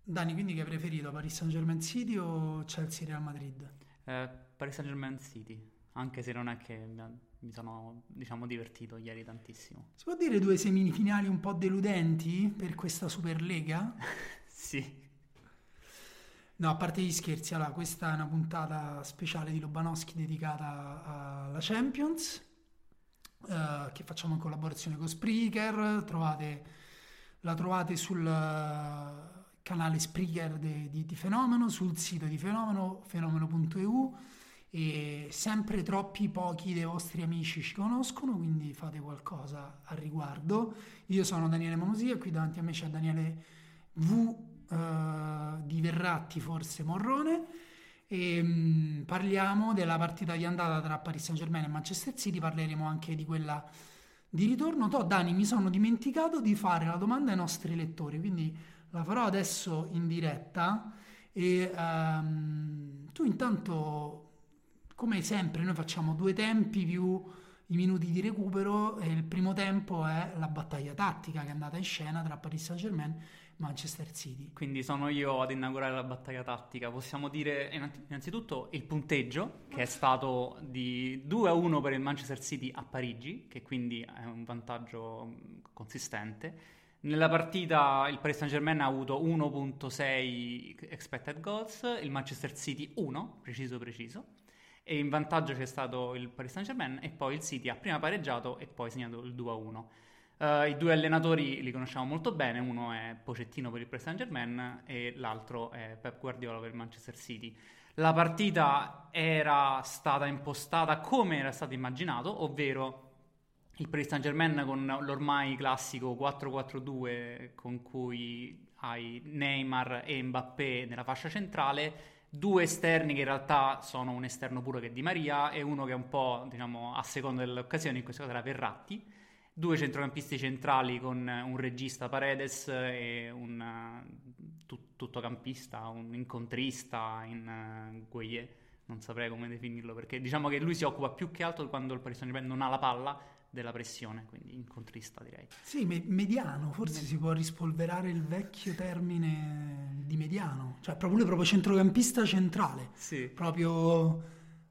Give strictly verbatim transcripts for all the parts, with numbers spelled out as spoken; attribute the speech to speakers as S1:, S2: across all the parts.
S1: Dani, quindi che hai preferito, Paris Saint-Germain City o Chelsea-Real Madrid?
S2: Eh, Paris Saint-Germain City, anche se non è che mi, mi sono, diciamo, divertito ieri tantissimo.
S1: Si può dire due semifinali un po' deludenti per questa Superlega?
S2: Sì.
S1: No, a parte gli scherzi, allora questa è una puntata speciale di Lobanowski dedicata alla Champions, eh, che facciamo in collaborazione con Spreaker. Trovate, la trovate sul eh, canale Spreaker de- di, di Fenomeno, sul sito di Fenomeno, fenomeno punto e u, e sempre troppi pochi dei vostri amici ci conoscono, quindi fate qualcosa al riguardo. Io sono Daniele Monosia e qui davanti a me c'è Daniele V. Uh, di Verratti, forse Morrone, e um, parliamo della partita di andata tra Paris Saint-Germain e Manchester City. Parleremo anche di quella di ritorno. To, Dani, mi sono dimenticato di fare la domanda ai nostri lettori, quindi la farò adesso in diretta e um, tu intanto, come sempre, noi facciamo due tempi più i minuti di recupero, e il primo tempo è la battaglia tattica che è andata in scena tra Paris Saint-Germain e Manchester City.
S2: Quindi sono io ad inaugurare la battaglia tattica. Possiamo dire innanzitutto il punteggio, che è stato di due a uno per il Manchester City a Parigi, che quindi è un vantaggio consistente. Nella partita il Paris Saint-Germain ha avuto uno virgola sei expected goals, il Manchester City uno, preciso preciso. E in vantaggio c'è stato il Paris Saint-Germain e poi il City ha prima pareggiato e poi segnato il due a uno. Uh, I due allenatori li conosciamo molto bene, uno è Pochettino per il Paris Saint-Germain e l'altro è Pep Guardiola per il Manchester City. La partita era stata impostata come era stato immaginato, ovvero il Paris Saint-Germain con l'ormai classico quattro quattro due con cui hai Neymar e Mbappé nella fascia centrale, due esterni che in realtà sono un esterno puro che è Di Maria e uno che è un po', diciamo, a seconda delle occasioni, in questo caso era Verratti, due centrocampisti centrali con un regista Paredes e un uh, tut- tuttocampista, un incontrista in uh, Gueye, non saprei come definirlo, perché diciamo che lui si occupa più che altro quando il Paris Saint-Germain non ha la palla della pressione, quindi incontrista direi.
S1: Sì, me- mediano, forse si può rispolverare il vecchio termine di mediano, cioè proprio lui proprio centrocampista centrale,
S2: Sì.
S1: proprio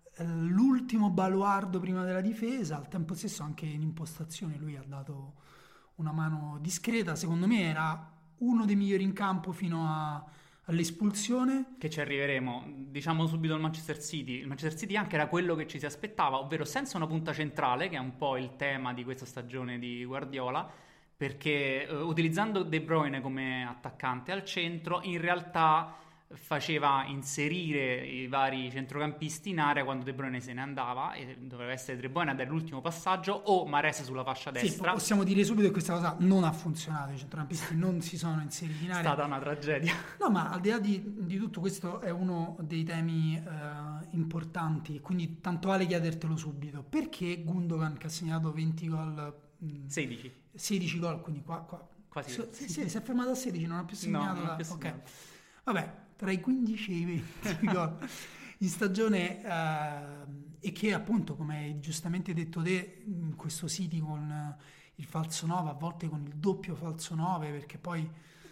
S1: l'ultimo baluardo prima della difesa. Al tempo stesso anche in impostazione lui ha dato una mano discreta, secondo me era uno dei migliori in campo fino a, all'espulsione.
S2: Che ci arriveremo. Diciamo subito il Manchester City. Il Manchester City anche era quello che ci si aspettava, ovvero senza una punta centrale, che è un po' il tema di questa stagione di Guardiola, perché eh, utilizzando De Bruyne come attaccante al centro, in realtà faceva inserire i vari centrocampisti in area quando De Bruyne se ne andava, e doveva essere De Bruyne a dare l'ultimo passaggio o Mahrez sulla fascia destra.
S1: Sì, possiamo dire subito che questa cosa non ha funzionato, i centrocampisti non si sono inseriti in area.
S2: È stata una tragedia.
S1: No, ma al di là di, di tutto questo è uno dei temi eh, importanti, quindi tanto vale chiedertelo subito. Perché Gundogan, che ha segnato venti gol, mh,
S2: sedici
S1: sedici gol, quindi qua, qua
S2: quasi
S1: so, sì, sì, si è fermato a sedici, non ha più segnato.
S2: no, non ha più
S1: da,
S2: segnato.
S1: Ok, vabbè, tra i quindici e i venti gol in stagione, eh, e che appunto, come hai giustamente detto te, in questo City con eh, il falso nove, a volte con il doppio falso nove, perché poi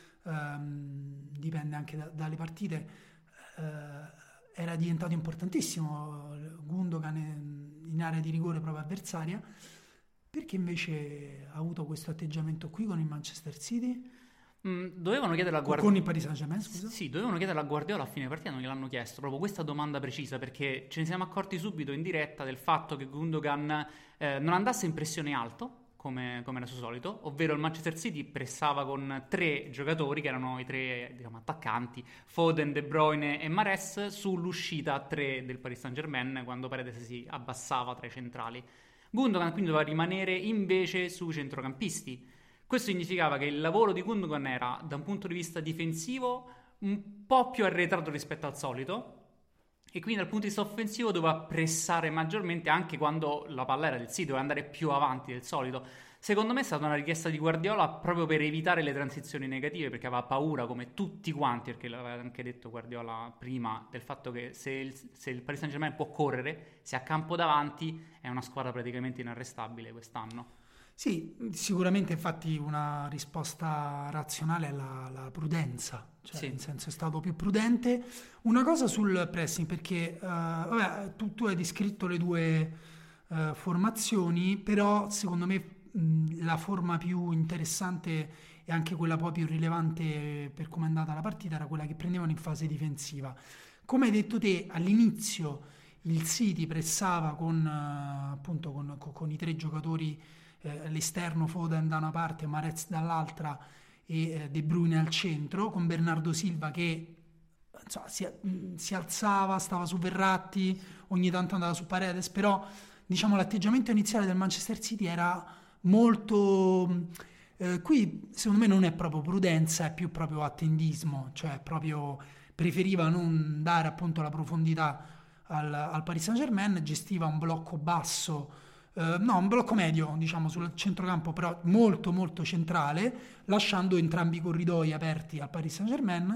S1: ehm, dipende anche da, dalle partite, eh, era diventato importantissimo Gundogan in area di rigore proprio avversaria. Perché invece ha avuto questo atteggiamento qui con il Manchester City?
S2: Mm, dovevano chiedere a
S1: Con
S2: Guardiola.
S1: il Paris Saint-Germain, scusa?
S2: Sì, dovevano chiedere a Guardiola a fine partita, non gliel'hanno chiesto, proprio questa domanda precisa, perché ce ne siamo accorti subito in diretta del fatto che Gundogan eh, non andasse in pressione alto, come, come era suo solito, ovvero il Manchester City pressava con tre giocatori, che erano i tre, diciamo, attaccanti, Foden, De Bruyne e Mahrez, sull'uscita a tre del Paris Saint-Germain, quando Paredes si abbassava tra i centrali. Gundogan quindi doveva rimanere invece sui centrocampisti. Questo significava che il lavoro di Gundogan era, da un punto di vista difensivo, un po' più arretrato rispetto al solito, e quindi dal punto di vista offensivo doveva pressare maggiormente anche quando la palla era del City, doveva andare più avanti del solito. Secondo me è stata una richiesta di Guardiola proprio per evitare le transizioni negative, perché aveva paura, come tutti quanti, perché l'aveva anche detto Guardiola prima, del fatto che se il, se il Paris Saint-Germain può correre, se ha campo davanti, è una squadra praticamente inarrestabile quest'anno.
S1: Sì, sicuramente infatti una risposta razionale è la, la prudenza, cioè
S2: Sì.
S1: nel senso è stato più prudente. Una cosa sul pressing, perché eh, vabbè, tu, tu hai descritto le due eh, formazioni, però secondo me mh, la forma più interessante e anche quella poi più rilevante per come è andata la partita era quella che prendevano in fase difensiva. Come hai detto te, all'inizio il City pressava con, eh, appunto con, con- con i tre giocatori, eh, l'esterno Foden da una parte, Mahrez dall'altra e eh, De Bruyne al centro, con Bernardo Silva che insomma, si, mh, si alzava, stava su Verratti, ogni tanto andava su Paredes, però diciamo l'atteggiamento iniziale del Manchester City era molto... mh, eh, qui secondo me non è proprio prudenza, è più proprio attendismo, cioè proprio preferiva non dare appunto la profondità al, al Paris Saint-Germain, gestiva un blocco basso, eh, no, un blocco medio, diciamo, sul centrocampo, però molto molto centrale, lasciando entrambi i corridoi aperti al Paris Saint-Germain.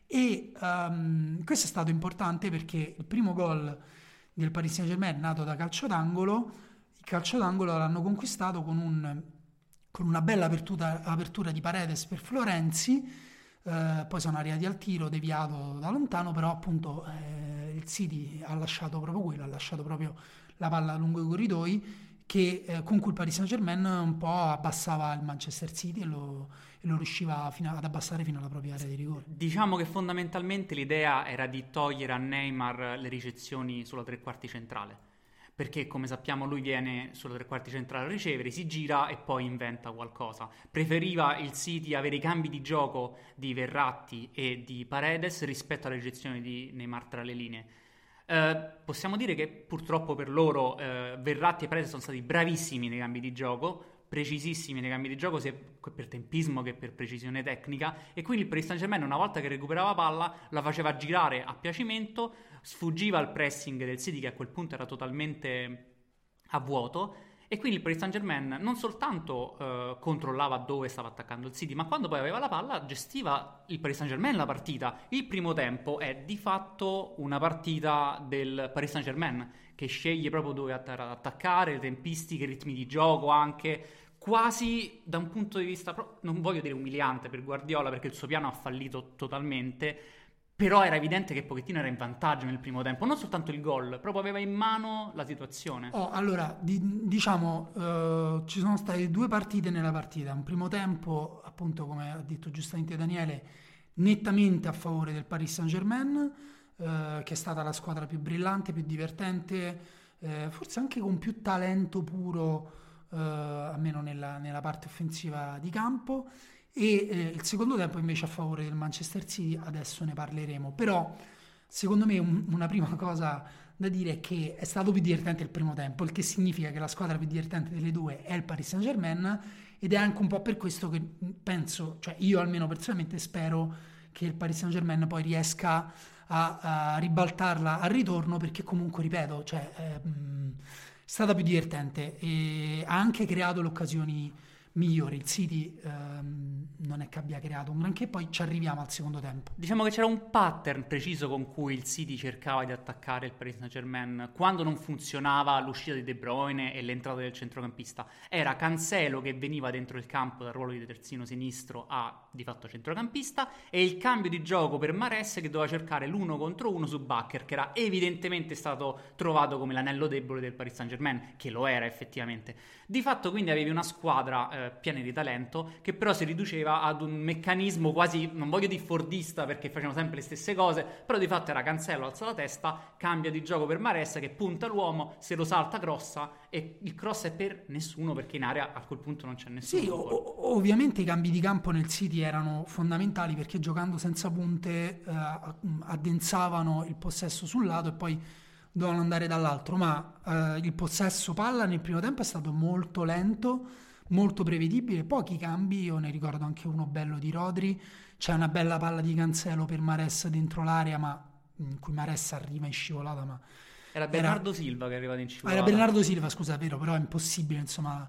S1: E ehm, questo è stato importante perché il primo gol del Paris Saint-Germain è nato da calcio d'angolo. Il calcio d'angolo l'hanno conquistato con, un, con una bella apertura, apertura di Paredes per Florenzi. Eh, poi sono arrivati al tiro deviato da lontano, però appunto eh, il City ha lasciato proprio quello, ha lasciato proprio la palla lungo i corridoi che, eh, con cui il Paris Saint-Germain un po' abbassava il Manchester City e lo, e lo riusciva fino a- ad abbassare fino alla propria area di rigore.
S2: Diciamo che fondamentalmente l'idea era di togliere a Neymar le ricezioni sulla tre quarti centrale, perché come sappiamo lui viene sulla tre quarti centrale a ricevere, si gira e poi inventa qualcosa. Preferiva il City avere i cambi di gioco di Verratti e di Paredes rispetto alle ricezioni di Neymar tra le linee. Eh, possiamo dire che purtroppo per loro eh, Verratti e Paredes sono stati bravissimi nei cambi di gioco, precisissimi nei cambi di gioco sia per tempismo che per precisione tecnica, e quindi il Paris Saint-Germain una volta che recuperava palla la faceva girare a piacimento, sfuggiva al pressing del City che a quel punto era totalmente a vuoto, e quindi il Paris Saint-Germain non soltanto eh, controllava dove stava attaccando il City, ma quando poi aveva la palla gestiva il Paris Saint-Germain la partita. Il primo tempo è di fatto una partita del Paris Saint-Germain che sceglie proprio dove att- attaccare, le tempistiche, i ritmi di gioco anche, quasi da un punto di vista, pro- non voglio dire umiliante per Guardiola perché il suo piano ha fallito totalmente, però era evidente che Pochettino era in vantaggio nel primo tempo, non soltanto il gol, proprio aveva in mano la situazione.
S1: Oh, allora, di- diciamo, eh, ci sono state due partite nella partita. Un primo tempo, appunto, come ha detto giustamente Daniele, nettamente a favore del Paris Saint-Germain, eh, che è stata la squadra più brillante, più divertente, eh, forse anche con più talento puro, eh, almeno nella, nella parte offensiva di campo. E eh, il secondo tempo invece a favore del Manchester City, adesso ne parleremo. Però, secondo me, un- una prima cosa da dire è che è stato più divertente il primo tempo, il che significa che la squadra più divertente delle due è il Paris Saint-Germain, ed è anche un po' per questo che penso, cioè io almeno personalmente spero che il Paris Saint-Germain poi riesca a, a ribaltarla al ritorno, perché comunque, ripeto, cioè, è, mh, è stata più divertente e ha anche creato le occasioni migliori. Il City ehm, non è che abbia creato un granché, poi ci arriviamo al secondo tempo.
S2: Diciamo che c'era un pattern preciso con cui il City cercava di attaccare il Paris Saint-Germain quando non funzionava l'uscita di De Bruyne e l'entrata del centrocampista. Era Cancelo che veniva dentro il campo dal ruolo di terzino sinistro a di fatto centrocampista, e il cambio di gioco per Mahrez che doveva cercare l'uno contro uno su Bakker, che era evidentemente stato trovato come l'anello debole del Paris Saint-Germain, che lo era effettivamente. Di fatto quindi avevi una squadra eh, piena di talento che però si riduceva ad un meccanismo quasi, non voglio dire fordista perché facevano sempre le stesse cose, però di fatto era Cancelo alza la testa, cambia di gioco per Mahrez che punta l'uomo, se lo salta crossa, e il cross è per nessuno perché in area a quel punto non c'è nessuno.
S1: Sì, o- ovviamente i cambi di campo nel City erano fondamentali perché giocando senza punte eh, addensavano il possesso sul lato e poi dovevano andare dall'altro, ma eh, il possesso palla nel primo tempo è stato molto lento, molto prevedibile, pochi cambi. Io ne ricordo anche uno bello di Rodri, c'è una bella palla di Cancelo per Mahrez dentro l'area, ma in cui Mahrez arriva in scivolata, ma
S2: Era Bernardo Silva che è arrivato in scivolata.
S1: era Bernardo Silva, scusa, è vero, però è impossibile, insomma,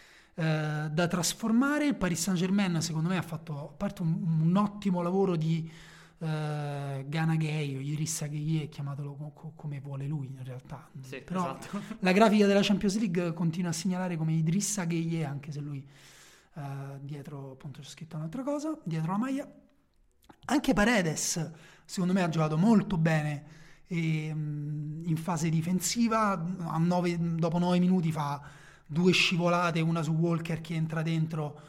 S1: eh, da trasformare. Il Paris Saint-Germain, secondo me, ha fatto a parte un, un ottimo lavoro di Uh, Gana Gay o Idrissa Gueye, chiamatelo co- come vuole lui in realtà,
S2: sì,
S1: però
S2: esatto.
S1: La grafica della Champions League continua a segnalare come Idrissa Gueye, anche se lui uh, dietro appunto c'è scritto un'altra cosa dietro la maglia. Anche Paredes secondo me ha giocato molto bene e, um, in fase difensiva a nove, dopo nove minuti fa due scivolate, una su Walker che entra dentro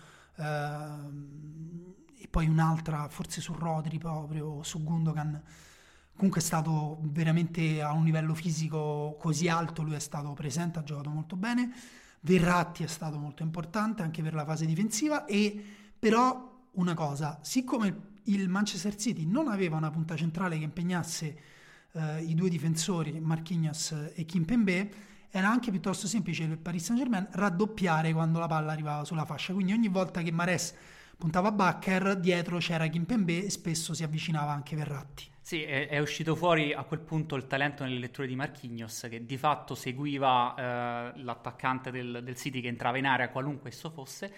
S1: uh, e poi un'altra forse su Rodri proprio, su Gundogan. Comunque è stato veramente a un livello fisico così alto, lui è stato presente, ha giocato molto bene. Verratti è stato molto importante anche per la fase difensiva. E però una cosa, siccome il Manchester City non aveva una punta centrale che impegnasse eh, i due difensori Marquinhos e Kimpembe, era anche piuttosto semplice per Paris Saint-Germain raddoppiare quando la palla arrivava sulla fascia, quindi ogni volta che Mahrez puntava Bakker, dietro c'era Kimpembe e spesso si avvicinava anche Verratti.
S2: Sì, è, è uscito fuori a quel punto il talento nelle letture di Marquinhos, che di fatto seguiva eh, l'attaccante del, del City che entrava in area, qualunque esso fosse,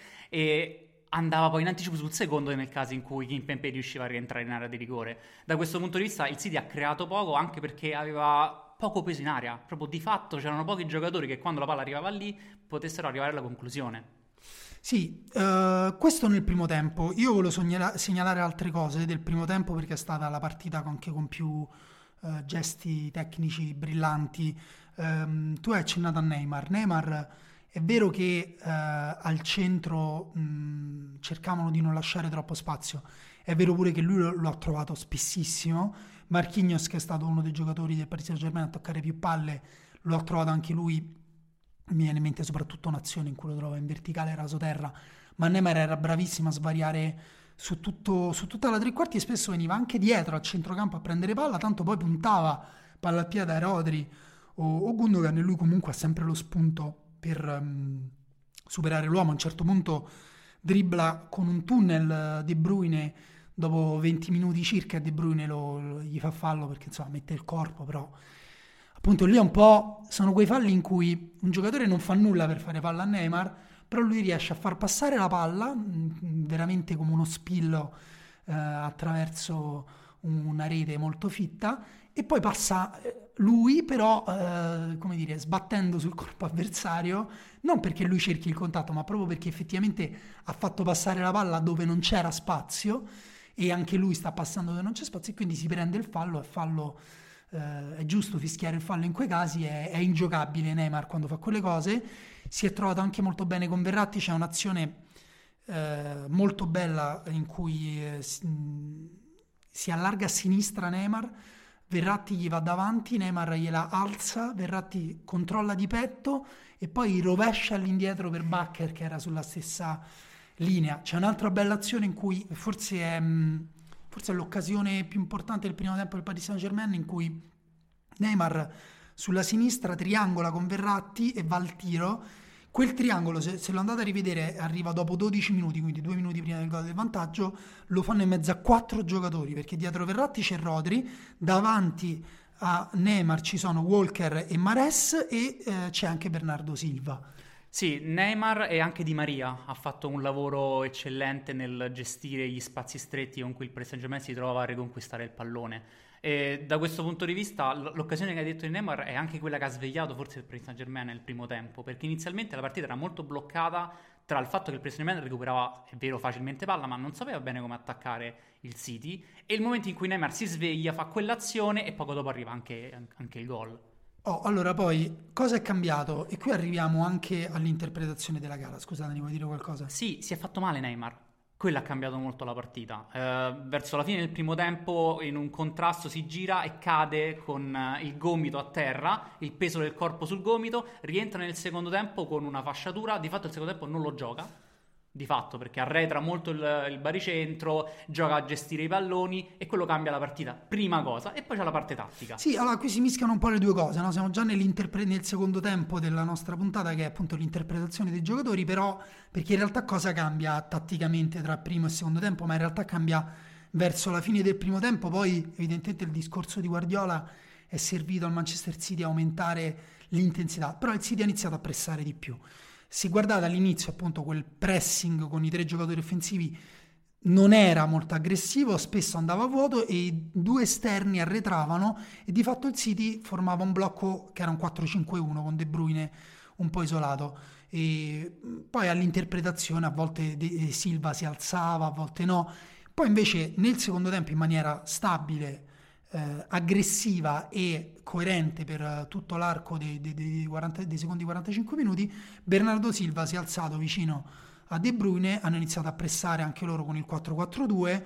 S2: e andava poi in anticipo sul secondo nel caso in cui Kimpembe riusciva a rientrare in area di rigore. Da questo punto di vista il City ha creato poco, anche perché aveva poco peso in area, proprio di fatto c'erano pochi giocatori che quando la palla arrivava lì potessero arrivare alla conclusione.
S1: Sì, uh, questo nel primo tempo. Io volevo segnala- segnalare altre cose del primo tempo perché è stata la partita anche con più uh, gesti tecnici brillanti. Um, tu hai accennato a Neymar. Neymar è vero che uh, al centro mh, cercavano di non lasciare troppo spazio, è vero pure che lui lo, lo ha trovato spessissimo. Marquinhos, che è stato uno dei giocatori del Paris Saint-Germain a toccare più palle, lo ha trovato anche lui. Mi viene in mente soprattutto un'azione in cui lo trova in verticale rasoterra, ma Neymar era bravissimo a svariare su, tutto, su tutta la tre quarti e spesso veniva anche dietro al centrocampo a prendere palla, tanto poi puntava palla al piede a Rodri o, o Gundogan, e lui comunque ha sempre lo spunto per um, superare l'uomo. A un certo punto dribbla con un tunnel De Bruyne dopo venti minuti circa e De Bruyne lo, lo, gli fa fallo perché insomma mette il corpo, però appunto lì è un po', sono quei falli in cui un giocatore non fa nulla per fare palla a Neymar, però lui riesce a far passare la palla mh, veramente come uno spillo eh, attraverso una rete molto fitta, e poi passa eh, lui però eh, come dire, sbattendo sul corpo avversario, non perché lui cerchi il contatto ma proprio perché effettivamente ha fatto passare la palla dove non c'era spazio e anche lui sta passando dove non c'è spazio e quindi si prende il fallo. E fallo Uh, è giusto fischiare il fallo in quei casi, è, è ingiocabile Neymar quando fa quelle cose. Si è trovato anche molto bene con Verratti, c'è un'azione uh, molto bella in cui uh, si, mh, si allarga a sinistra Neymar, Verratti gli va davanti, Neymar gliela alza, Verratti controlla di petto e poi rovescia all'indietro per Bakker che era sulla stessa linea. C'è un'altra bella azione in cui forse è... Mh, forse è l'occasione più importante del primo tempo del Paris Saint-Germain, in cui Neymar sulla sinistra triangola con Verratti e va al tiro. Quel triangolo, se, se lo andate a rivedere, arriva dopo dodici minuti, quindi due minuti prima del gol del vantaggio. Lo fanno in mezzo a quattro giocatori, perché dietro Verratti c'è Rodri, davanti a Neymar ci sono Walker e Mahrez e eh, c'è anche Bernardo Silva.
S2: Sì, Neymar e anche Di Maria ha fatto un lavoro eccellente nel gestire gli spazi stretti con cui il Paris Saint-Germain si trovava a riconquistare il pallone. E da questo punto di vista l'occasione che hai detto di Neymar è anche quella che ha svegliato forse il Paris Saint-Germain nel primo tempo, perché inizialmente la partita era molto bloccata tra il fatto che il Paris Saint-Germain recuperava, è vero, facilmente palla, ma non sapeva bene come attaccare il City, e il momento in cui Neymar si sveglia, fa quell'azione e poco dopo arriva anche, anche il gol.
S1: Oh, allora poi, cosa è cambiato? E qui arriviamo anche all'interpretazione della gara. Scusate, vuoi dire qualcosa?
S2: Sì, si è fatto male Neymar. Quello ha cambiato molto la partita. Eh, verso la fine del primo tempo, in un contrasto, si gira e cade con eh, il gomito a terra, il peso del corpo sul gomito, rientra nel secondo tempo con una fasciatura. Di fatto il secondo tempo non lo gioca. Di fatto, perché arretra molto il, il baricentro, gioca a gestire i palloni e quello cambia la partita, prima cosa, e poi c'è la parte tattica.
S1: Sì, allora qui si mischiano un po' le due cose, no? Siamo già nel secondo tempo della nostra puntata, che è appunto l'interpretazione dei giocatori, però perché in realtà cosa cambia tatticamente tra primo e secondo tempo? Ma in realtà cambia verso la fine del primo tempo. Poi evidentemente il discorso di Guardiola è servito al Manchester City a aumentare l'intensità, però il City ha iniziato a pressare di più. Se guardate all'inizio appunto quel pressing con i tre giocatori offensivi non era molto aggressivo, spesso andava a vuoto e i due esterni arretravano e di fatto il City formava un blocco che era un quattro cinque uno con De Bruyne un po' isolato. E poi all'interpretazione a volte De Silva si alzava, a volte no. Poi invece nel secondo tempo in maniera stabile, eh, aggressiva e coerente per tutto l'arco dei, dei, dei, quaranta, dei secondi quarantacinque minuti, Bernardo Silva si è alzato vicino a De Bruyne, hanno iniziato a pressare anche loro con il quattro quattro due.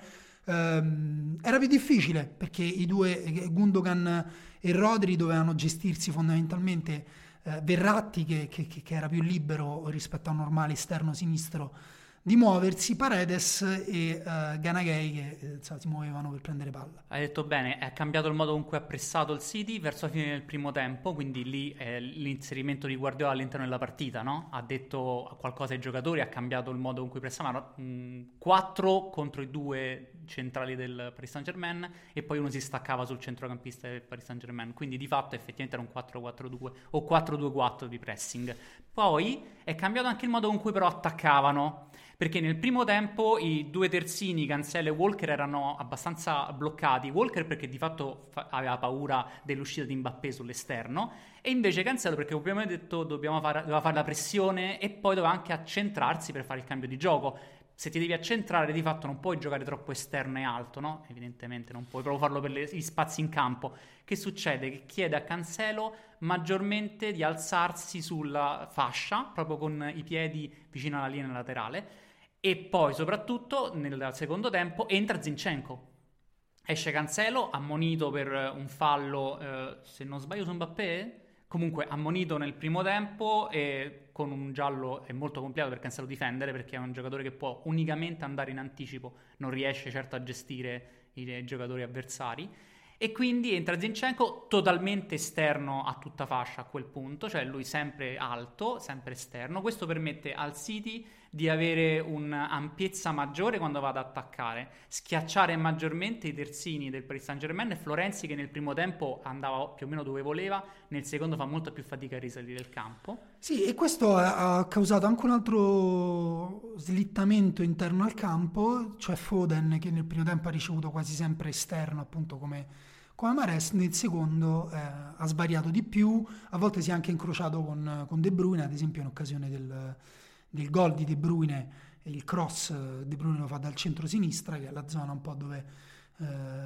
S1: Um, era più difficile perché i due, Gundogan e Rodri, dovevano gestirsi fondamentalmente eh, Verratti che, che, che era più libero rispetto a un normale esterno sinistro di muoversi, Paredes e uh, Ganagay che eh, so, si muovevano per prendere palla.
S2: Hai detto bene, è cambiato il modo con cui ha pressato il City verso la fine del primo tempo, quindi lì è l'inserimento di Guardiola all'interno della partita, no? Ha detto qualcosa ai giocatori, ha cambiato il modo con cui pressavano, quattro contro i due centrali del Paris Saint-Germain e poi uno si staccava sul centrocampista del Paris Saint-Germain, quindi di fatto effettivamente era un quattro quattro due o quattro due quattro di pressing. Poi è cambiato anche il modo con cui però attaccavano, perché nel primo tempo i due terzini, Cancelo e Walker, erano abbastanza bloccati. Walker perché di fatto fa- aveva paura dell'uscita di Mbappé sull'esterno, e invece Cancelo perché abbiamo detto dobbiamo fare, doveva fare la pressione e poi doveva anche accentrarsi per fare il cambio di gioco. Se ti devi accentrare di fatto non puoi giocare troppo esterno e alto, no? Evidentemente non puoi proprio farlo per le, gli spazi in campo. Che succede? Che chiede a Cancelo maggiormente di alzarsi sulla fascia, proprio con i piedi vicino alla linea laterale. E poi soprattutto nel secondo tempo entra Zinchenko, esce Cancelo ammonito per un fallo, eh, se non sbaglio su Mbappé, comunque ammonito nel primo tempo, e con un giallo è molto complicato per Cancelo difendere perché è un giocatore che può unicamente andare in anticipo, non riesce certo a gestire i giocatori avversari. E quindi entra Zinchenko totalmente esterno a tutta fascia a quel punto, cioè lui sempre alto, sempre esterno. Questo permette al City di avere un'ampiezza maggiore quando va ad attaccare, schiacciare maggiormente i terzini del Paris Saint-Germain, e Florenzi che nel primo tempo andava più o meno dove voleva, nel secondo fa molta più fatica a risalire il campo.
S1: Sì, e questo ha causato anche un altro slittamento interno al campo, cioè Foden che nel primo tempo ha ricevuto quasi sempre esterno, appunto come come Mahrez, nel secondo eh, ha svariato di più, a volte si è anche incrociato con, con De Bruyne, ad esempio in occasione del, del gol di De Bruyne, il cross De Bruyne lo fa dal centro-sinistra, che è la zona un po' dove eh,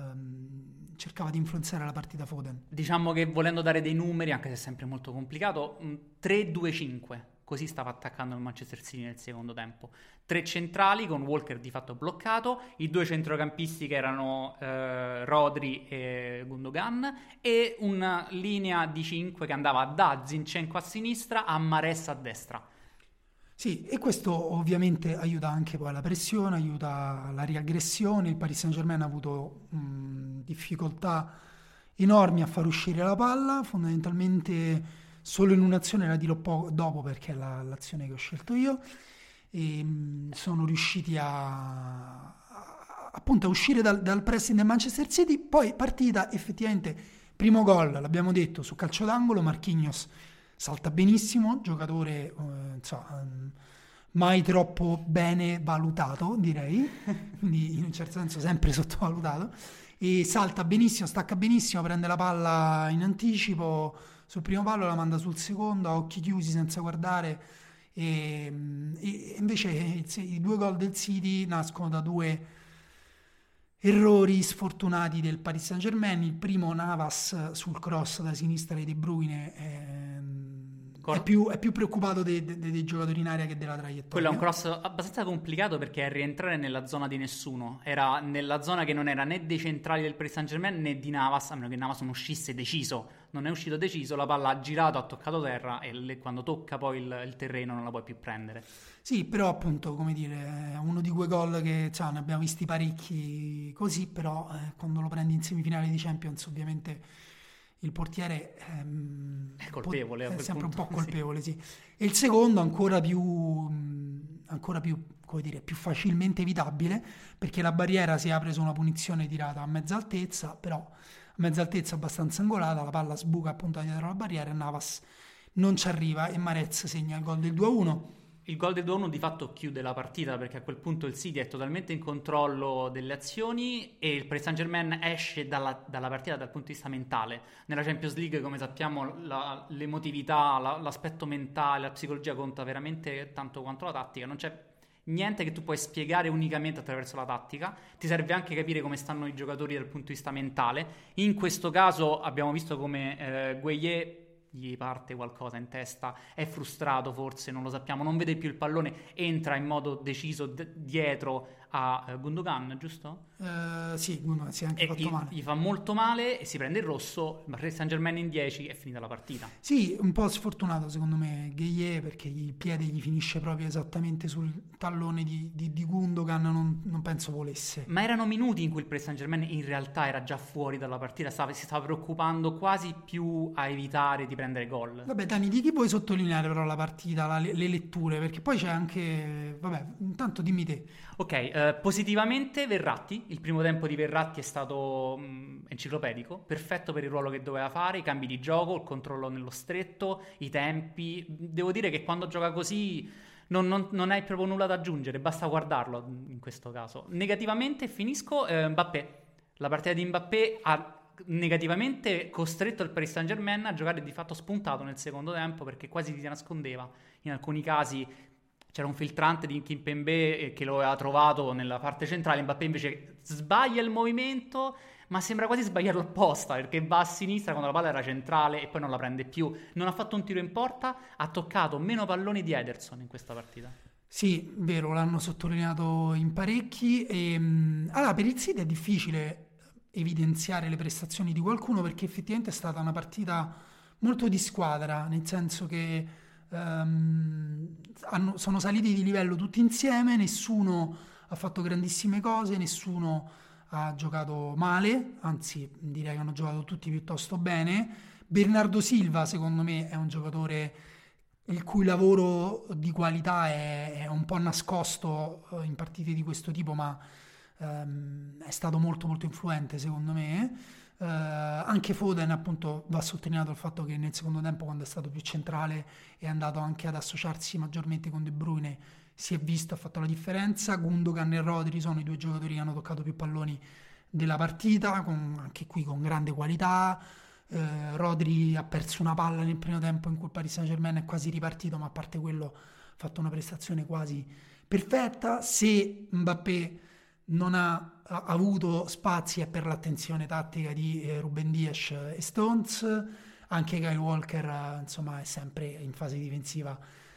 S1: cercava di influenzare la partita Foden.
S2: Diciamo che volendo dare dei numeri, anche se è sempre molto complicato, tre due cinque, così stava attaccando il Manchester City nel secondo tempo. Tre centrali con Walker di fatto bloccato, i due centrocampisti che erano eh, Rodri e Gundogan, e una linea di cinque che andava da Zinchenko a sinistra a Mahrez a destra.
S1: Sì, e questo ovviamente aiuta anche poi la pressione, aiuta la riaggressione. Il Paris Saint-Germain ha avuto mh, difficoltà enormi a far uscire la palla, fondamentalmente solo in un'azione, la dirò poco dopo perché è la, l'azione che ho scelto io, e mh, sono riusciti a, a appunto a uscire dal, dal pressing del Manchester City. Poi partita effettivamente, primo gol, l'abbiamo detto, su calcio d'angolo, Marquinhos salta benissimo, giocatore eh, insomma, mai troppo bene valutato, direi, quindi in un certo senso sempre sottovalutato, e salta benissimo, stacca benissimo, prende la palla in anticipo sul primo palo, la manda sul secondo a occhi chiusi senza guardare, e, e invece i due gol del City nascono da due errori sfortunati del Paris Saint-Germain. Il primo, Navas sul cross da sinistra di De Bruyne, è, è, più, è più preoccupato dei, dei, dei giocatori in area che della traiettoria.
S2: Quello è un cross abbastanza complicato perché è rientrare nella zona di nessuno, era nella zona che non era né dei centrali del Paris Saint-Germain né di Navas, a meno che Navas non uscisse deciso. Non è uscito deciso, la palla ha girato, ha toccato terra, e le, quando tocca poi il, il terreno non la puoi più prendere.
S1: Sì, però appunto, come dire, è uno di quei gol che cioè, ne abbiamo visti parecchi così, però eh, quando lo prendi in semifinale di Champions ovviamente il portiere ehm,
S2: è colpevole,
S1: è sempre
S2: punto.
S1: un po' colpevole, sì. sì. E il secondo ancora più, ancora più, come dire, più facilmente evitabile, perché la barriera si apre su una punizione tirata a mezza altezza, però a mezza altezza abbastanza angolata, la palla sbuca appunto dietro la barriera e Navas non ci arriva e Mahrez segna il gol del due a uno.
S2: Il gol del due a uno di fatto chiude la partita, perché a quel punto il City è totalmente in controllo delle azioni e il Paris Saint-Germain esce dalla, dalla partita dal punto di vista mentale. Nella Champions League, come sappiamo, la, l'emotività, la, l'aspetto mentale, la psicologia conta veramente tanto quanto la tattica. Non c'è niente che tu puoi spiegare unicamente attraverso la tattica, ti serve anche capire come stanno i giocatori dal punto di vista mentale. In questo caso abbiamo visto come eh, Gueye gli parte qualcosa in testa, è frustrato forse, non lo sappiamo, non vede più il pallone, entra in modo deciso d- dietro a uh, Gundogan, giusto?
S1: Uh, sì, Gundogan si è anche
S2: e
S1: fatto
S2: gli,
S1: male.
S2: Gli fa molto male e si prende il rosso, ma Paris Saint-Germain in dieci è finita la partita.
S1: Sì, un po' sfortunato secondo me Gueye, perché il piede gli finisce proprio esattamente sul tallone di, di, di Gundogan, non, non penso volesse.
S2: Ma erano minuti in cui il Paris Saint-Germain in realtà era già fuori dalla partita, stava, si stava preoccupando quasi più a evitare di prendere gol.
S1: Vabbè Dani, di chi vuoi sottolineare però la partita, la, le letture? Perché poi c'è anche... Vabbè, intanto dimmi te.
S2: Ok, eh, positivamente Verratti, il primo tempo di Verratti è stato mh, enciclopedico, perfetto per il ruolo che doveva fare, i cambi di gioco, il controllo nello stretto, i tempi. Devo dire che quando gioca così non, non, non hai proprio nulla da aggiungere, basta guardarlo in questo caso. Negativamente, finisco, eh, Mbappé. La partita di Mbappé ha negativamente costretto il Paris Saint-Germain a giocare di fatto spuntato nel secondo tempo, perché quasi si nascondeva in alcuni casi. C'era un filtrante di Kimpembe che lo aveva trovato nella parte centrale, Mbappé invece sbaglia il movimento, ma sembra quasi sbagliarlo apposta, perché va a sinistra quando la palla era centrale e poi non la prende più. Non ha fatto un tiro in porta, ha toccato meno palloni di Ederson in questa partita.
S1: Sì, vero, l'hanno sottolineato in parecchi. E, allora, per il City è difficile evidenziare le prestazioni di qualcuno, perché effettivamente è stata una partita molto di squadra, nel senso che Um, hanno, sono saliti di livello tutti insieme, nessuno ha fatto grandissime cose, nessuno ha giocato male, anzi direi che hanno giocato tutti piuttosto bene. Bernardo Silva secondo me è un giocatore il cui lavoro di qualità è, è un po' nascosto in partite di questo tipo, ma um, è stato molto molto influente secondo me. Uh, anche Foden, appunto, va sottolineato il fatto che nel secondo tempo, quando è stato più centrale, è andato anche ad associarsi maggiormente con De Bruyne, si è visto, ha fatto la differenza. Gundogan e Rodri sono i due giocatori che hanno toccato più palloni della partita, con, anche qui con grande qualità. uh, Rodri ha perso una palla nel primo tempo in cui il Paris Saint-Germain è quasi ripartito, ma a parte quello ha fatto una prestazione quasi perfetta. Se Mbappé non ha ha avuto spazi è per l'attenzione tattica di eh, Ruben Dias e Stones. Anche Kyle Walker eh, insomma è sempre in fase difensiva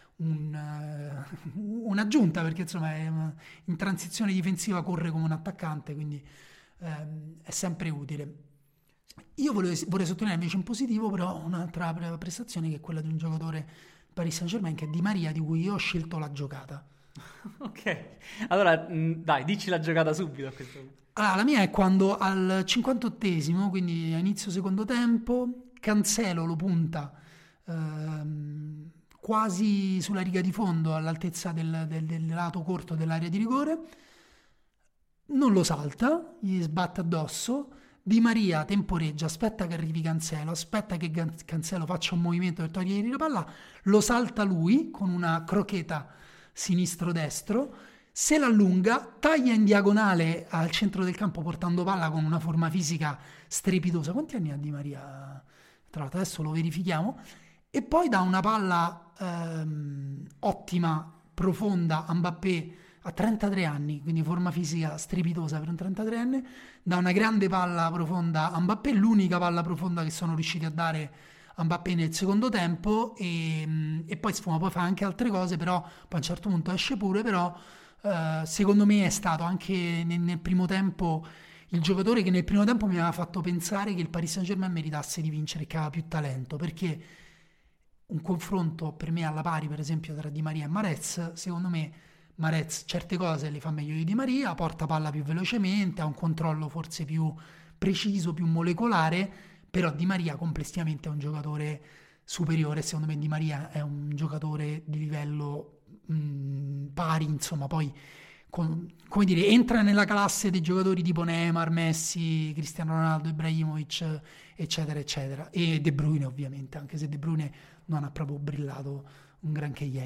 S1: un, uh, un'aggiunta, perché insomma è, in transizione difensiva corre come un attaccante, quindi ehm, è sempre utile. Io volevo, vorrei sottolineare invece in positivo però un'altra prestazione, che è quella di un giocatore Paris Saint-Germain, che è Di Maria, di cui io ho scelto la giocata.
S2: Ok, allora dai, dici la giocata subito a questo punto.
S1: Allora, la mia è quando al cinquantottesimo, quindi a inizio secondo tempo, Cancelo lo punta ehm, quasi sulla riga di fondo, all'altezza del, del, del lato corto dell'area di rigore, non lo salta, gli sbatte addosso. Di Maria temporeggia, aspetta che arrivi Cancelo, aspetta che Cancelo faccia un movimento per togliere la palla, lo salta lui con una crocheta sinistro-destro, se l'allunga, taglia in diagonale al centro del campo portando palla con una forma fisica strepitosa. Quanti anni ha Di Maria? Tra l'altro adesso lo verifichiamo. E poi dà una palla ehm, ottima, profonda a Mbappé a trentatré anni, quindi forma fisica strepitosa per un trentatreenne, dà una grande palla profonda a Mbappé, l'unica palla profonda che sono riusciti a dare a Mbappé nel secondo tempo, e, e poi sfuma, poi fa anche altre cose, però poi a un certo punto esce pure, però eh, secondo me è stato anche nel, nel primo tempo il giocatore che nel primo tempo mi aveva fatto pensare che il Paris Saint-Germain meritasse di vincere, che aveva più talento, perché un confronto per me alla pari, per esempio, tra Di Maria e Mahrez, secondo me Mahrez certe cose le fa meglio di Di Maria, porta palla più velocemente, ha un controllo forse più preciso, più molecolare, però Di Maria complessivamente è un giocatore superiore. Secondo me Di Maria è un giocatore di livello mh, pari, insomma, poi con, come dire, entra nella classe dei giocatori tipo Neymar, Messi, Cristiano Ronaldo, Ibrahimovic, eccetera eccetera, e De Bruyne ovviamente, anche se De Bruyne non ha proprio brillato un granché ieri.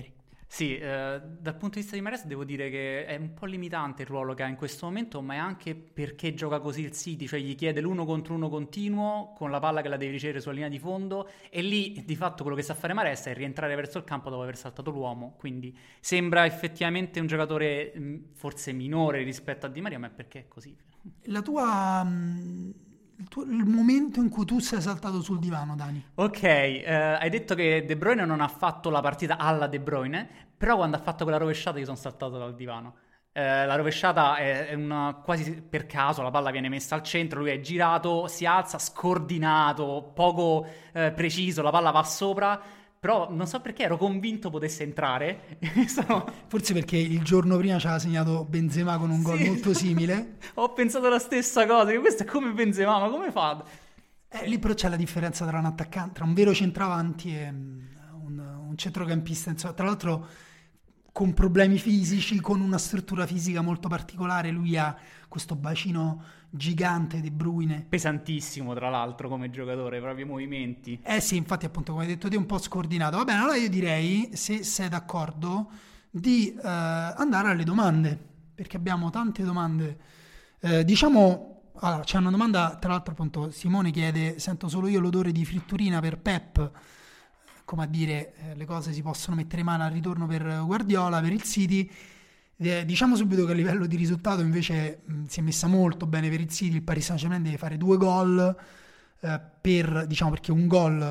S2: Sì, eh, dal punto di vista di Mahrez devo dire che è un po' limitante il ruolo che ha in questo momento, ma è anche perché gioca così il City, cioè gli chiede l'uno contro uno continuo con la palla che la devi ricevere sulla linea di fondo, e lì di fatto quello che sa fare Mahrez è rientrare verso il campo dopo aver saltato l'uomo, quindi sembra effettivamente un giocatore mh, forse minore rispetto a Di Maria, ma è perché è così.
S1: La tua... mh, il, tuo- il momento in cui tu sei saltato sul divano, Dani.
S2: Ok, eh, hai detto che De Bruyne non ha fatto la partita alla De Bruyne, però quando ha fatto quella rovesciata io sono saltato dal divano. Eh, la rovesciata è, è una, quasi per caso, la palla viene messa al centro, lui è girato, si alza, scordinato, poco eh, preciso, la palla va sopra, però non so perché ero convinto potesse entrare. Sono-
S1: Forse perché il giorno prima ci aveva segnato Benzema con un gol
S2: Sì.
S1: molto simile.
S2: Ho pensato la stessa cosa, che questo è come Benzema, ma come fa?
S1: Eh, lì però c'è la differenza tra un attaccante, tra un vero centravanti e mm, un, un centrocampista, insomma, tra l'altro con problemi fisici, con una struttura fisica molto particolare. Lui ha questo bacino gigante De Bruyne.
S2: Pesantissimo, tra l'altro, come giocatore, proprio i movimenti.
S1: Eh sì, infatti appunto come hai detto te un po' scordinato. Va bene, allora io direi, se sei d'accordo, di eh, andare alle domande, perché abbiamo tante domande. Eh, diciamo, allora, c'è una domanda, tra l'altro appunto Simone chiede, sento solo io l'odore di fritturina per Pep, come a dire, eh, le cose si possono mettere mano al ritorno per Guardiola, per il City. Eh, diciamo subito che a livello di risultato invece mh, si è messa molto bene per il City. Il Paris Saint-Germain deve fare due gol eh, per, diciamo, perché un gol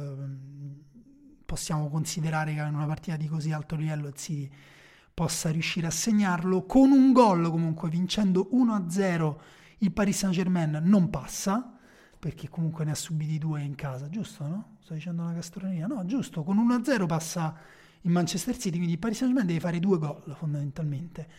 S1: eh, possiamo considerare che in una partita di così alto livello il City possa riuscire a segnarlo. Con un gol comunque, vincendo uno a zero, il Paris Saint-Germain non passa, perché comunque ne ha subiti due in casa, giusto, no? Sto dicendo una castroneria? No, giusto, con uno a zero passa in Manchester City, quindi il Paris Saint-Germain deve fare due gol fondamentalmente,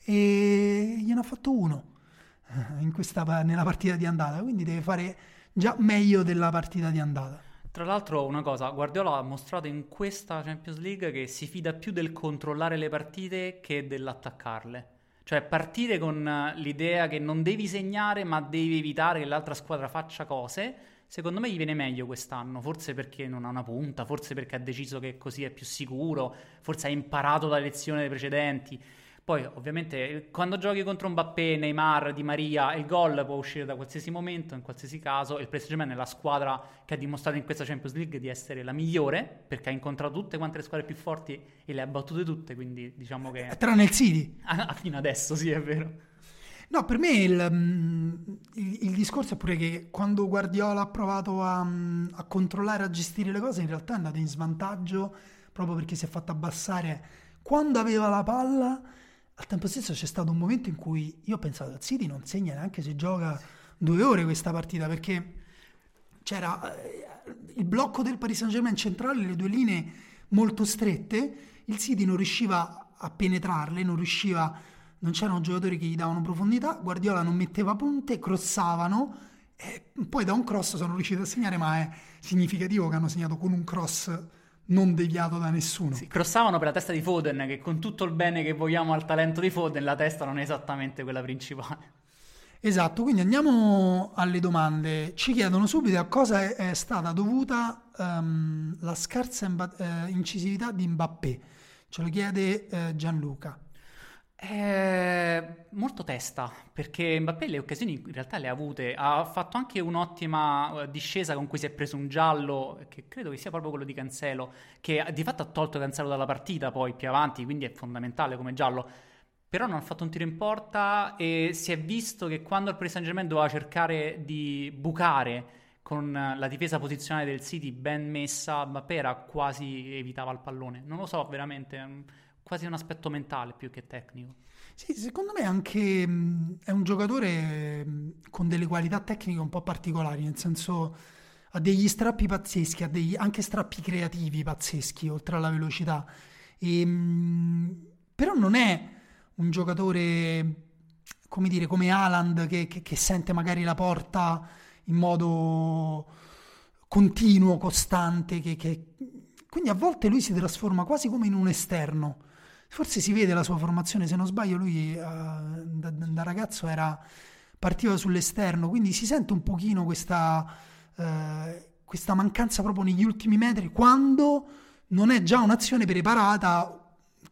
S1: e gliene ha fatto uno in questa, nella partita di andata, quindi deve fare già meglio della partita di andata.
S2: Tra l'altro, una cosa, Guardiola ha mostrato in questa Champions League che si fida più del controllare le partite che dell'attaccarle. Cioè partire con l'idea che non devi segnare ma devi evitare che l'altra squadra faccia cose, secondo me gli viene meglio quest'anno, forse perché non ha una punta, forse perché ha deciso che così è più sicuro, forse ha imparato la lezione dei precedenti. Poi ovviamente quando giochi contro Mbappé, Neymar, Di Maria, il gol può uscire da qualsiasi momento, in qualsiasi caso. Il P S G è la squadra che ha dimostrato in questa Champions League di essere la migliore, perché ha incontrato tutte quante le squadre più forti e le ha battute tutte, quindi diciamo che...
S1: Tranne il City.
S2: Ah, fino adesso, sì, è vero.
S1: No, per me il, il, il discorso è pure che quando Guardiola ha provato a, a controllare, a gestire le cose, in realtà è andato in svantaggio proprio perché si è fatto abbassare quando aveva la palla. Al tempo stesso c'è stato un momento in cui io ho pensato, il City non segna neanche se gioca due ore questa partita, perché c'era il blocco del Paris Saint-Germain centrale, le due linee molto strette, il City non riusciva a penetrarle, non riusciva, non c'erano giocatori che gli davano profondità, Guardiola non metteva punte, crossavano, e poi da un cross sono riusciti a segnare, ma è significativo che hanno segnato con un cross non deviato da nessuno.
S2: Sì, crossavano per la testa di Foden, che con tutto il bene che vogliamo al talento di Foden, la testa non è esattamente quella principale.
S1: Esatto, quindi andiamo alle domande. Ci chiedono subito a cosa è stata dovuta um, la scarsa imba- eh, incisività di Mbappé. Ce lo chiede eh, Gianluca.
S2: È molto testa, perché Mbappé le occasioni in realtà le ha avute, ha fatto anche un'ottima discesa con cui si è preso un giallo, che credo che sia proprio quello di Cancelo, che di fatto ha tolto Cancelo dalla partita poi più avanti, quindi è fondamentale come giallo, però non ha fatto un tiro in porta e si è visto che quando il Paris Saint-Germain doveva cercare di bucare con la difesa posizionale del City ben messa, Mbappé era quasi evitava il pallone, non lo so veramente... quasi un aspetto mentale più che tecnico.
S1: Sì, secondo me anche mh, è un giocatore mh, con delle qualità tecniche un po' particolari, nel senso ha degli strappi pazzeschi, ha degli anche strappi creativi pazzeschi, oltre alla velocità. E, mh, però non è un giocatore, come dire, come Haaland che, che, che sente magari la porta in modo continuo, costante, che, che... quindi a volte lui si trasforma quasi come in un esterno. Forse si vede la sua formazione, se non sbaglio lui uh, da, da ragazzo era, partiva sull'esterno, quindi si sente un pochino questa, uh, questa mancanza proprio negli ultimi metri, quando non è già un'azione preparata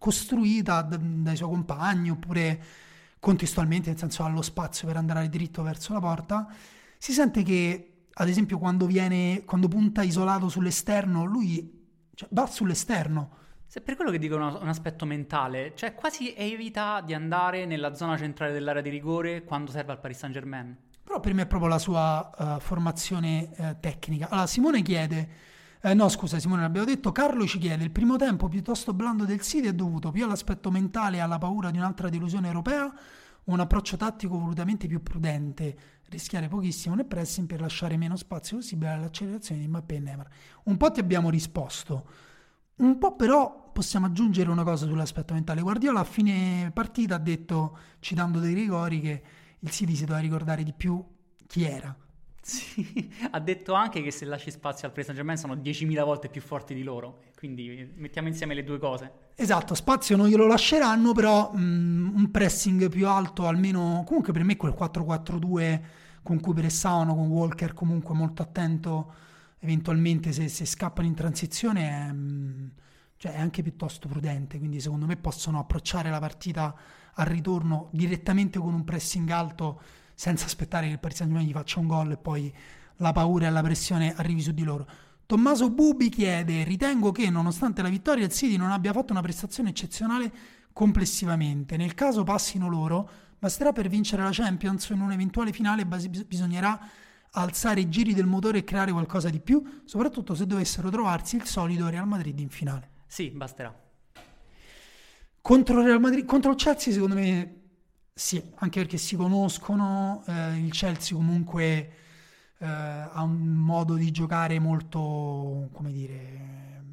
S1: costruita d- dai suoi compagni, oppure contestualmente, nel senso ha lo spazio per andare dritto verso la porta. Si sente che, ad esempio, quando viene, quando punta isolato sull'esterno, lui cioè, va sull'esterno.
S2: Se per quello che dico un, un aspetto mentale, cioè quasi evita di andare nella zona centrale dell'area di rigore quando serve al Paris Saint-Germain.
S1: Però per me è proprio la sua uh, formazione uh, tecnica. Allora, Simone chiede, eh, no scusa Simone l'abbiamo detto, Carlo ci chiede, il primo tempo piuttosto blando del City è dovuto più all'aspetto mentale e alla paura di un'altra delusione europea o un approccio tattico volutamente più prudente, rischiare pochissimo nel pressing per lasciare meno spazio possibile all'accelerazione di Mbappé e Neymar? Un po' ti abbiamo risposto, un po' però possiamo aggiungere una cosa sull'aspetto mentale. Guardiola a fine partita ha detto, citando dei rigori, che il City si doveva ricordare di più chi era.
S2: Sì, ha detto anche che se lasci spazio al Paris Saint-Germain sono diecimila volte più forti di loro, quindi mettiamo insieme le due cose.
S1: Esatto, spazio non glielo lasceranno, però mh, un pressing più alto, almeno comunque per me quel quattro quattro due con cui pressavano, con Walker comunque molto attento eventualmente se, se scappano in transizione, è, mh, cioè è anche piuttosto prudente, quindi secondo me possono approcciare la partita al ritorno direttamente con un pressing alto senza aspettare che il Paris Saint-Germain gli faccia un gol e poi la paura e la pressione arrivi su di loro. Tommaso Bubi chiede, ritengo che nonostante la vittoria il City non abbia fatto una prestazione eccezionale complessivamente, nel caso passino loro basterà per vincere la Champions o in un'eventuale finale bas- bisognerà alzare i giri del motore e creare qualcosa di più, soprattutto se dovessero trovarsi il solito Real Madrid in finale.
S2: Sì, basterà.
S1: Contro Real Madrid, contro il Chelsea secondo me sì, anche perché si conoscono, eh, il Chelsea comunque eh, ha un modo di giocare molto, come dire,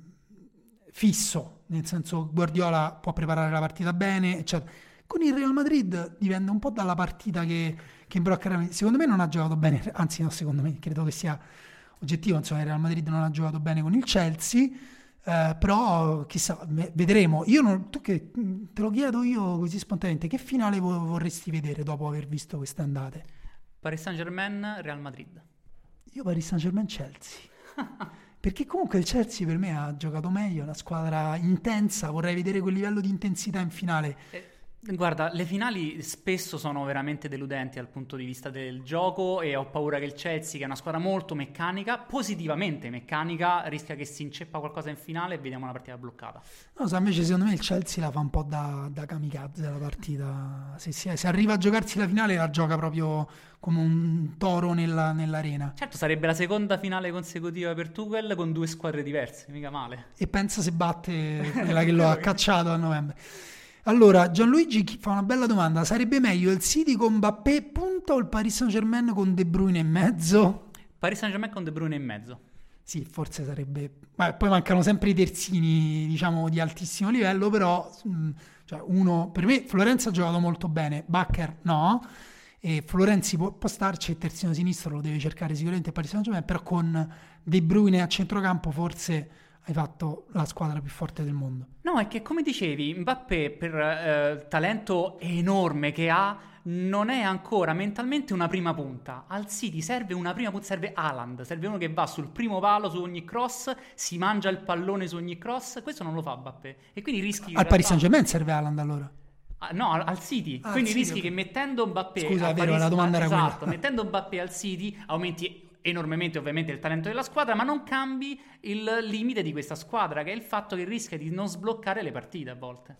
S1: fisso, nel senso Guardiola può preparare la partita bene, eccetera. Con il Real Madrid dipende un po' dalla partita che, che imbrocca. Secondo me non ha giocato bene, anzi no, secondo me credo che sia oggettivo, insomma il Real Madrid non ha giocato bene con il Chelsea. Uh, però chissà, vedremo. Io non, tu che te lo chiedo io così spontaneamente, che finale vo- vorresti vedere dopo aver visto queste andate?
S2: Paris Saint-Germain, Real Madrid.
S1: Io Paris Saint-Germain, Chelsea. Perché comunque il Chelsea per me ha giocato meglio, è una squadra intensa, vorrei vedere quel livello di intensità in finale.
S2: Eh. Guarda, le finali spesso sono veramente deludenti dal punto di vista del gioco e ho paura che il Chelsea, che è una squadra molto meccanica, positivamente meccanica, rischia che si inceppa qualcosa in finale e vediamo una partita bloccata.
S1: No, so, invece secondo me il Chelsea la fa un po' da, da kamikaze la partita. Se, se, se arriva a giocarsi la finale la gioca proprio come un toro nella, nell'arena.
S2: Certo, sarebbe la seconda finale consecutiva per Tuchel con due squadre diverse, mica male.
S1: E pensa se batte quella che lo ha cacciato a novembre. Allora, Gianluigi fa una bella domanda. Sarebbe meglio il City con Mbappé punta o il Paris Saint-Germain con De Bruyne in mezzo?
S2: Paris Saint-Germain con De Bruyne in mezzo.
S1: Sì, forse sarebbe... Ma poi mancano sempre i terzini, diciamo, di altissimo livello, però mh, cioè uno... Per me Florenzi ha giocato molto bene, Bakker no, e Florenzi può, può starci, il terzino sinistro lo deve cercare sicuramente il Paris Saint-Germain, però con De Bruyne a centrocampo forse... hai fatto la squadra più forte del mondo.
S2: No, è che come dicevi, Mbappé per eh, il talento enorme che ha non è ancora mentalmente una prima punta. Al City serve una prima punta, serve Haaland, serve uno che va sul primo palo su ogni cross, si mangia il pallone su ogni cross, questo non lo fa Mbappé. E quindi rischi...
S1: Al
S2: realtà...
S1: Paris Saint-Germain serve Haaland allora?
S2: Ah, no, al, al City.
S1: Ah,
S2: quindi
S1: al
S2: rischi
S1: City,
S2: che mettendo Mbappé...
S1: Scusa, è vero,
S2: Paris...
S1: la domanda era
S2: esatto,
S1: quella.
S2: mettendo Mbappé al City aumenti enormemente ovviamente il talento della squadra, ma non cambi il limite di questa squadra, che è il fatto che rischia di non sbloccare le partite a volte.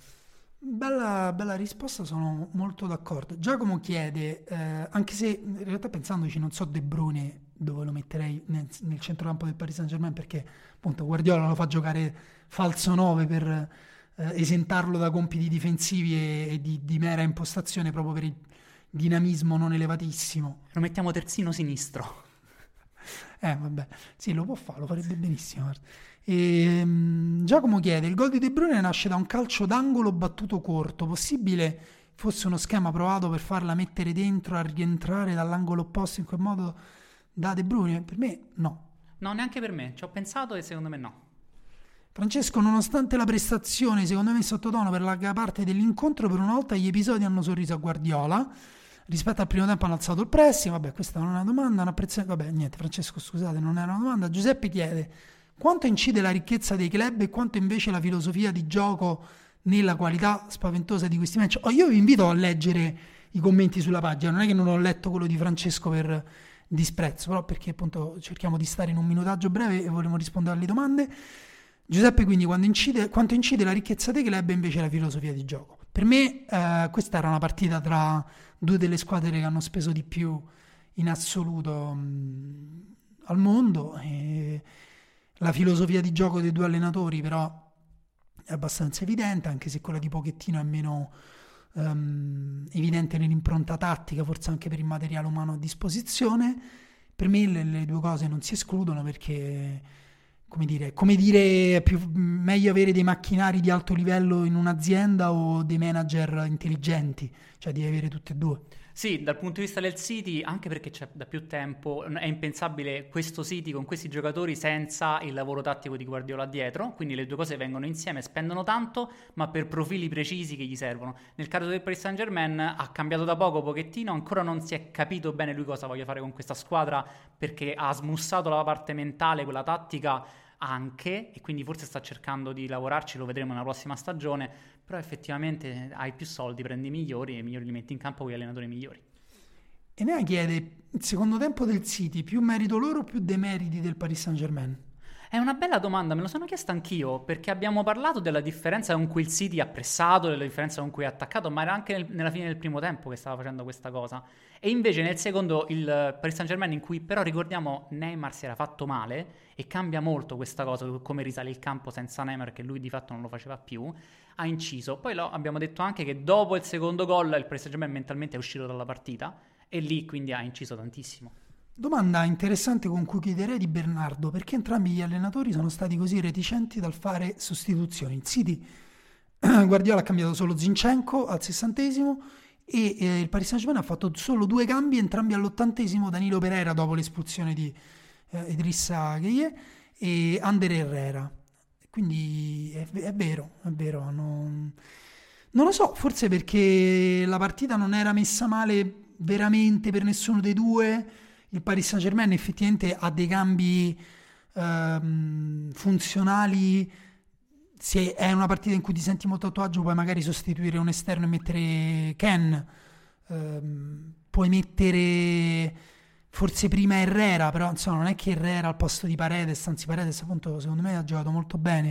S1: Bella, bella risposta, sono molto d'accordo. Giacomo chiede, eh, anche se in realtà pensandoci non so De Bruyne dove lo metterei nel, nel centrocampo del Paris Saint-Germain, perché appunto Guardiola lo fa giocare falso nove per eh, esentarlo da compiti difensivi e, e di, di mera impostazione proprio per il dinamismo non elevatissimo.
S2: Lo mettiamo terzino sinistro.
S1: Eh vabbè, sì, lo può fare, lo farebbe benissimo. E, um, Giacomo chiede, il gol di De Bruyne nasce da un calcio d'angolo battuto corto, possibile fosse uno schema provato per farla mettere dentro a rientrare dall'angolo opposto in quel modo da De Bruyne? Per me no.
S2: No, neanche per me, ci ho pensato e secondo me no.
S1: Francesco, nonostante la prestazione secondo me sottotono per larga parte dell'incontro, per una volta gli episodi hanno sorriso a Guardiola. Rispetto al primo tempo hanno alzato il pressing, vabbè questa non è una domanda, non apprezz- vabbè niente Francesco scusate non è una domanda. Giuseppe chiede quanto incide la ricchezza dei club e quanto invece la filosofia di gioco nella qualità spaventosa di questi match. Oh, io vi invito a leggere i commenti sulla pagina, non è che non ho letto quello di Francesco per disprezzo, però perché appunto cerchiamo di stare in un minutaggio breve e volevo rispondere alle domande. Giuseppe, quindi quando incide, quanto incide la ricchezza dei club e invece la filosofia di gioco? Per me eh, questa era una partita tra due delle squadre che hanno speso di più in assoluto mh, al mondo, e la filosofia di gioco dei due allenatori però è abbastanza evidente, anche se quella di Pochettino è meno um, evidente nell'impronta tattica, forse anche per il materiale umano a disposizione. Per me le, le due cose non si escludono, perché come dire, come dire è più, meglio avere dei macchinari di alto livello in un'azienda o dei manager intelligenti, cioè di avere tutte e due.
S2: Sì, dal punto di vista del City, anche perché c'è da più tempo, è impensabile questo City con questi giocatori senza il lavoro tattico di Guardiola dietro, quindi le due cose vengono insieme, spendono tanto, ma per profili precisi che gli servono. Nel caso del Paris Saint-Germain ha cambiato da poco Pochettino, ancora non si è capito bene lui cosa voglia fare con questa squadra, perché ha smussato la parte mentale, quella tattica anche, e quindi forse sta cercando di lavorarci, lo vedremo nella prossima stagione, però effettivamente hai più soldi, prendi i migliori e i migliori li metti in campo con gli allenatori migliori.
S1: Enea chiede: il secondo tempo del City, più merito loro o più demeriti del Paris Saint-Germain?
S2: È una bella domanda, me lo sono chiesto anch'io, perché abbiamo parlato della differenza con cui il City ha pressato, della differenza con cui ha attaccato, ma era anche nel, nella fine del primo tempo che stava facendo questa cosa. E invece nel secondo il Paris Saint-Germain, in cui però ricordiamo Neymar si era fatto male, e cambia molto questa cosa, come risale il campo senza Neymar, che lui di fatto non lo faceva più, ha inciso. Poi lo, abbiamo detto anche che dopo il secondo gol il Paris Saint-Germain mentalmente è uscito dalla partita, e lì quindi ha inciso tantissimo.
S1: Domanda interessante con cui chiederei di Bernardo: perché entrambi gli allenatori sono stati così reticenti dal fare sostituzioni? Il City, Guardiola ha cambiato solo Zinchenko al sessantesimo e eh, il Paris Saint-Germain ha fatto solo due cambi, entrambi all'ottantesimo: Danilo Pereira dopo l'espulsione di eh, Idrissa Gueye e Ander Herrera. Quindi è, è vero, è vero. Non, non lo so, forse perché la partita non era messa male veramente per nessuno dei due. Il Paris Saint-Germain effettivamente ha dei cambi ehm, funzionali. Se è una partita in cui ti senti molto a tuo agio, puoi magari sostituire un esterno e mettere Ken, ehm, puoi mettere forse prima Herrera, però insomma non è che Herrera al posto di Paredes, anzi Paredes appunto secondo me ha giocato molto bene,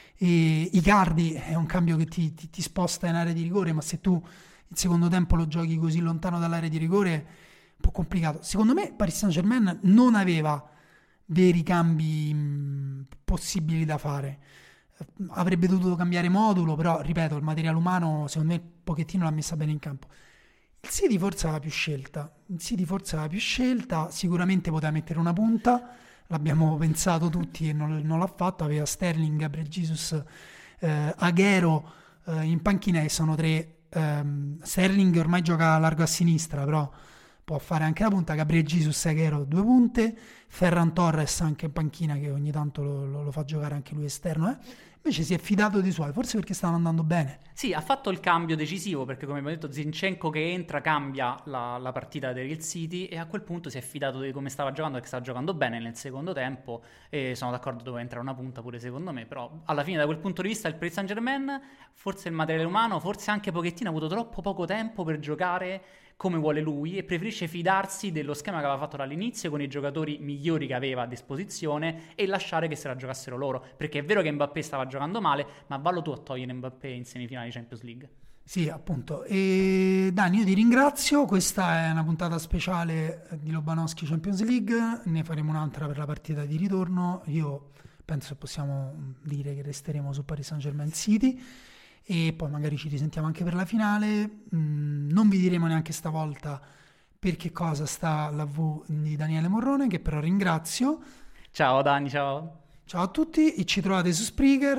S1: e Icardi è un cambio che ti, ti, ti sposta in area di rigore, ma se tu il secondo tempo lo giochi così lontano dall'area di rigore, un po' complicato. Secondo me Paris Saint-Germain non aveva veri cambi mh, possibili da fare, avrebbe dovuto cambiare modulo, però ripeto, il materiale umano secondo me un pochettino l'ha messa bene in campo. Il City forse aveva più scelta il City forse aveva più scelta sicuramente poteva mettere una punta, l'abbiamo pensato tutti e non, non l'ha fatto. Aveva Sterling, Gabriel Jesus, eh, Aguero eh, in panchina, e sono tre. ehm, Sterling ormai gioca largo a sinistra, però può fare anche la punta. Gabriel Jesus, Aguero due punte, Ferran Torres anche in panchina, che ogni tanto lo, lo, lo fa giocare anche lui esterno, eh. Invece si è fidato dei suoi, forse perché stavano andando bene.
S2: Sì, ha fatto il cambio decisivo, perché come abbiamo detto Zinchenko che entra cambia la, la partita del City, e a quel punto si è fidato di come stava giocando, perché stava giocando bene nel secondo tempo, e sono d'accordo, doveva entrare una punta pure secondo me, però alla fine da quel punto di vista il Paris Saint-Germain, forse il materiale umano, forse anche Pochettino ha avuto troppo poco tempo per giocare come vuole lui, e preferisce fidarsi dello schema che aveva fatto dall'inizio con i giocatori migliori che aveva a disposizione e lasciare che se la giocassero loro, perché è vero che Mbappé stava giocando male, ma vallo tu a togliere Mbappé in semifinale di Champions League.
S1: Sì, appunto. E Dani, io ti ringrazio. Questa è una puntata speciale di Lobanowski Champions League, ne faremo un'altra per la partita di ritorno. Io penso che possiamo dire che resteremo su Paris Saint-Germain City, e poi magari ci risentiamo anche per la finale. Mm, non vi diremo neanche stavolta per che cosa sta la V di Daniele Morrone, che però ringrazio.
S2: Ciao Dani, ciao.
S1: Ciao a tutti, e ci trovate su Spreaker,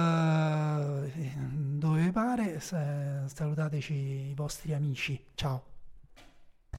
S1: eh, dove vi pare. Salutateci i vostri amici. Ciao.